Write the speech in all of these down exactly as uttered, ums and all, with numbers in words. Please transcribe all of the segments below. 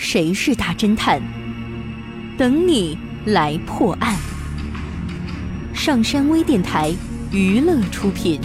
谁是大侦探？等你来破案。上山微电台娱乐出品。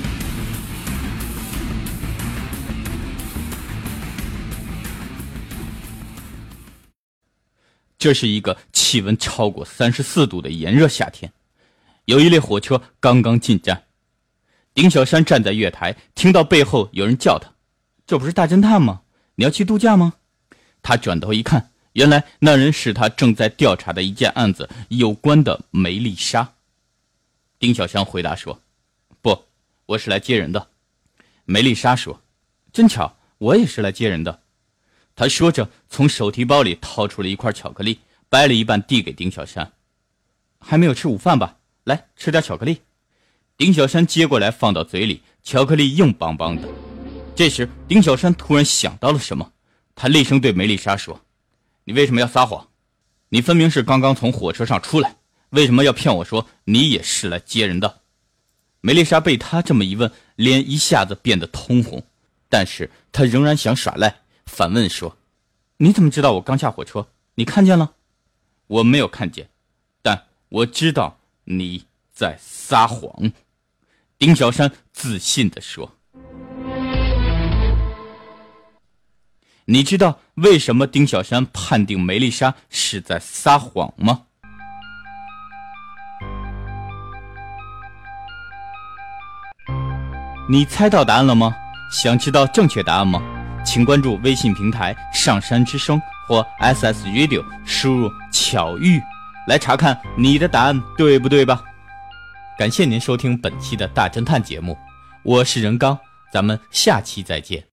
这是一个气温超过三十四度的炎热夏天，有一列火车刚刚进站。丁小山站在月台，听到背后有人叫他：“这不是大侦探吗？你要去度假吗？”他转头一看，原来那人是他正在调查的一件案子有关的梅丽莎。丁小山回答说：“不，我是来接人的。”梅丽莎说：“真巧，我也是来接人的。”他说着从手提包里掏出了一块巧克力，掰了一半递给丁小山。还没有吃午饭吧？来，吃点巧克力。丁小山接过来放到嘴里，巧克力硬邦邦的。这时丁小山突然想到了什么，他厉声对梅丽莎说：“你为什么要撒谎？你分明是刚刚从火车上出来，为什么要骗我说你也是来接人的？”梅丽莎被他这么一问，脸一下子变得通红，但是她仍然想耍赖，反问说：“你怎么知道我刚下火车？你看见了？”“我没有看见，但我知道你在撒谎。”丁小山自信地说。你知道为什么丁小山判定梅丽莎是在撒谎吗？你猜到答案了吗？想知道正确答案吗？请关注微信平台上山之声或 S S Radio， 输入巧遇来查看你的答案对不对吧。感谢您收听本期的大侦探节目，我是任刚，咱们下期再见。